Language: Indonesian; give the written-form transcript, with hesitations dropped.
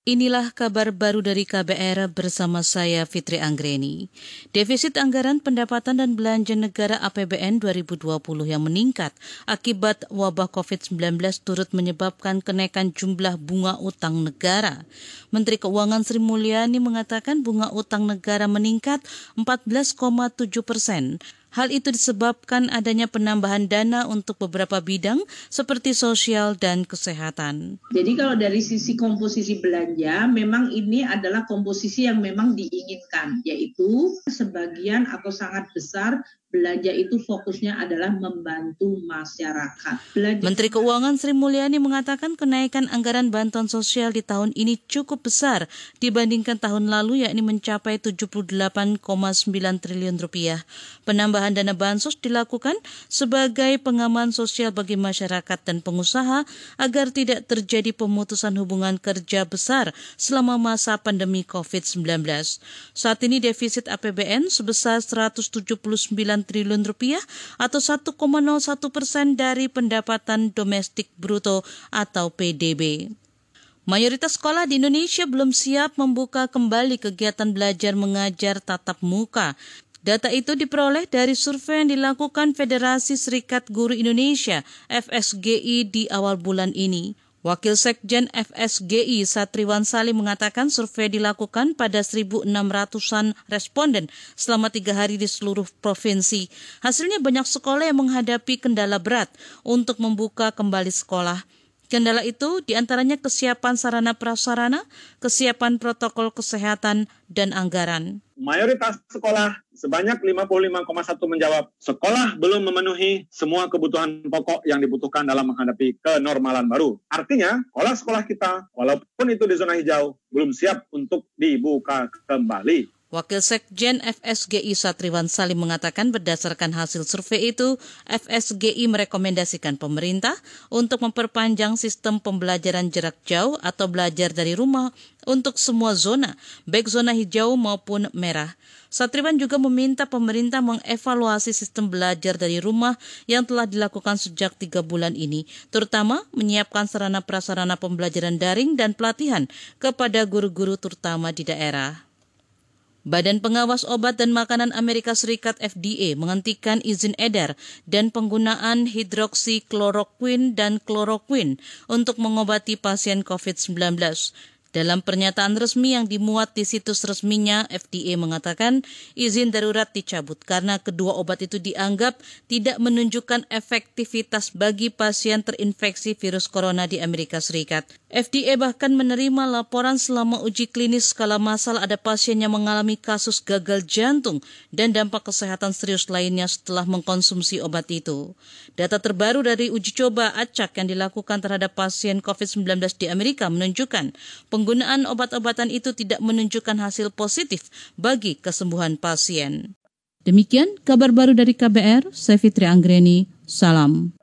Inilah kabar baru dari KBR bersama saya Fitri Anggreni. Defisit anggaran pendapatan dan belanja negara APBN 2020 yang meningkat akibat wabah COVID-19 turut menyebabkan kenaikan jumlah bunga utang negara. Menteri Keuangan Sri Mulyani mengatakan bunga utang negara meningkat 14,7%. Hal itu disebabkan adanya penambahan dana untuk beberapa bidang seperti sosial dan kesehatan. Jadi kalau dari sisi komposisi belanja, memang ini adalah komposisi yang memang diinginkan, yaitu sebagian atau sangat besar belanja itu fokusnya adalah membantu masyarakat. Menteri Keuangan Sri Mulyani mengatakan kenaikan anggaran bantuan sosial di tahun ini cukup besar dibandingkan tahun lalu, yakni mencapai 78,9 triliun rupiah. Penambahan dana bansos dilakukan sebagai pengaman sosial bagi masyarakat dan pengusaha agar tidak terjadi pemutusan hubungan kerja besar selama masa pandemi COVID-19. Saat ini defisit APBN sebesar 179 triliun rupiah atau 1,01% dari pendapatan domestik bruto atau PDB. Mayoritas sekolah di Indonesia belum siap membuka kembali kegiatan belajar mengajar tatap muka. Data itu diperoleh dari survei yang dilakukan Federasi Serikat Guru Indonesia (FSGI) di awal bulan ini. Wakil Sekjen FSGI Satriwan Salim mengatakan survei dilakukan pada 1.600-an responden selama 3 hari di seluruh provinsi. Hasilnya banyak sekolah yang menghadapi kendala berat untuk membuka kembali sekolah. Kendala itu diantaranya kesiapan sarana prasarana, kesiapan protokol kesehatan, dan anggaran. Mayoritas sekolah sebanyak 55,1 menjawab sekolah belum memenuhi semua kebutuhan pokok yang dibutuhkan dalam menghadapi kenormalan baru. Artinya, sekolah kita, walaupun itu di zona hijau, belum siap untuk dibuka kembali. Wakil Sekjen FSGI Satriwan Salim mengatakan berdasarkan hasil survei itu, FSGI merekomendasikan pemerintah untuk memperpanjang sistem pembelajaran jarak jauh atau belajar dari rumah untuk semua zona, baik zona hijau maupun merah. Satriwan juga meminta pemerintah mengevaluasi sistem belajar dari rumah yang telah dilakukan sejak 3 bulan ini, terutama menyiapkan sarana prasarana pembelajaran daring dan pelatihan kepada guru-guru terutama di daerah. Badan Pengawas Obat dan Makanan Amerika Serikat FDA menghentikan izin edar dan penggunaan hidroksikloroquine dan kloroquine untuk mengobati pasien COVID-19. Dalam pernyataan resmi yang dimuat di situs resminya, FDA mengatakan izin darurat dicabut karena kedua obat itu dianggap tidak menunjukkan efektivitas bagi pasien terinfeksi virus corona di Amerika Serikat. FDA bahkan menerima laporan selama uji klinis skala massal ada pasien yang mengalami kasus gagal jantung dan dampak kesehatan serius lainnya setelah mengkonsumsi obat itu. Data terbaru dari uji coba acak yang dilakukan terhadap pasien COVID-19 di Amerika menunjukkan penggunaan obat-obatan itu tidak menunjukkan hasil positif bagi kesembuhan pasien. Demikian kabar baru dari KBR, saya Fitri Anggreni, salam.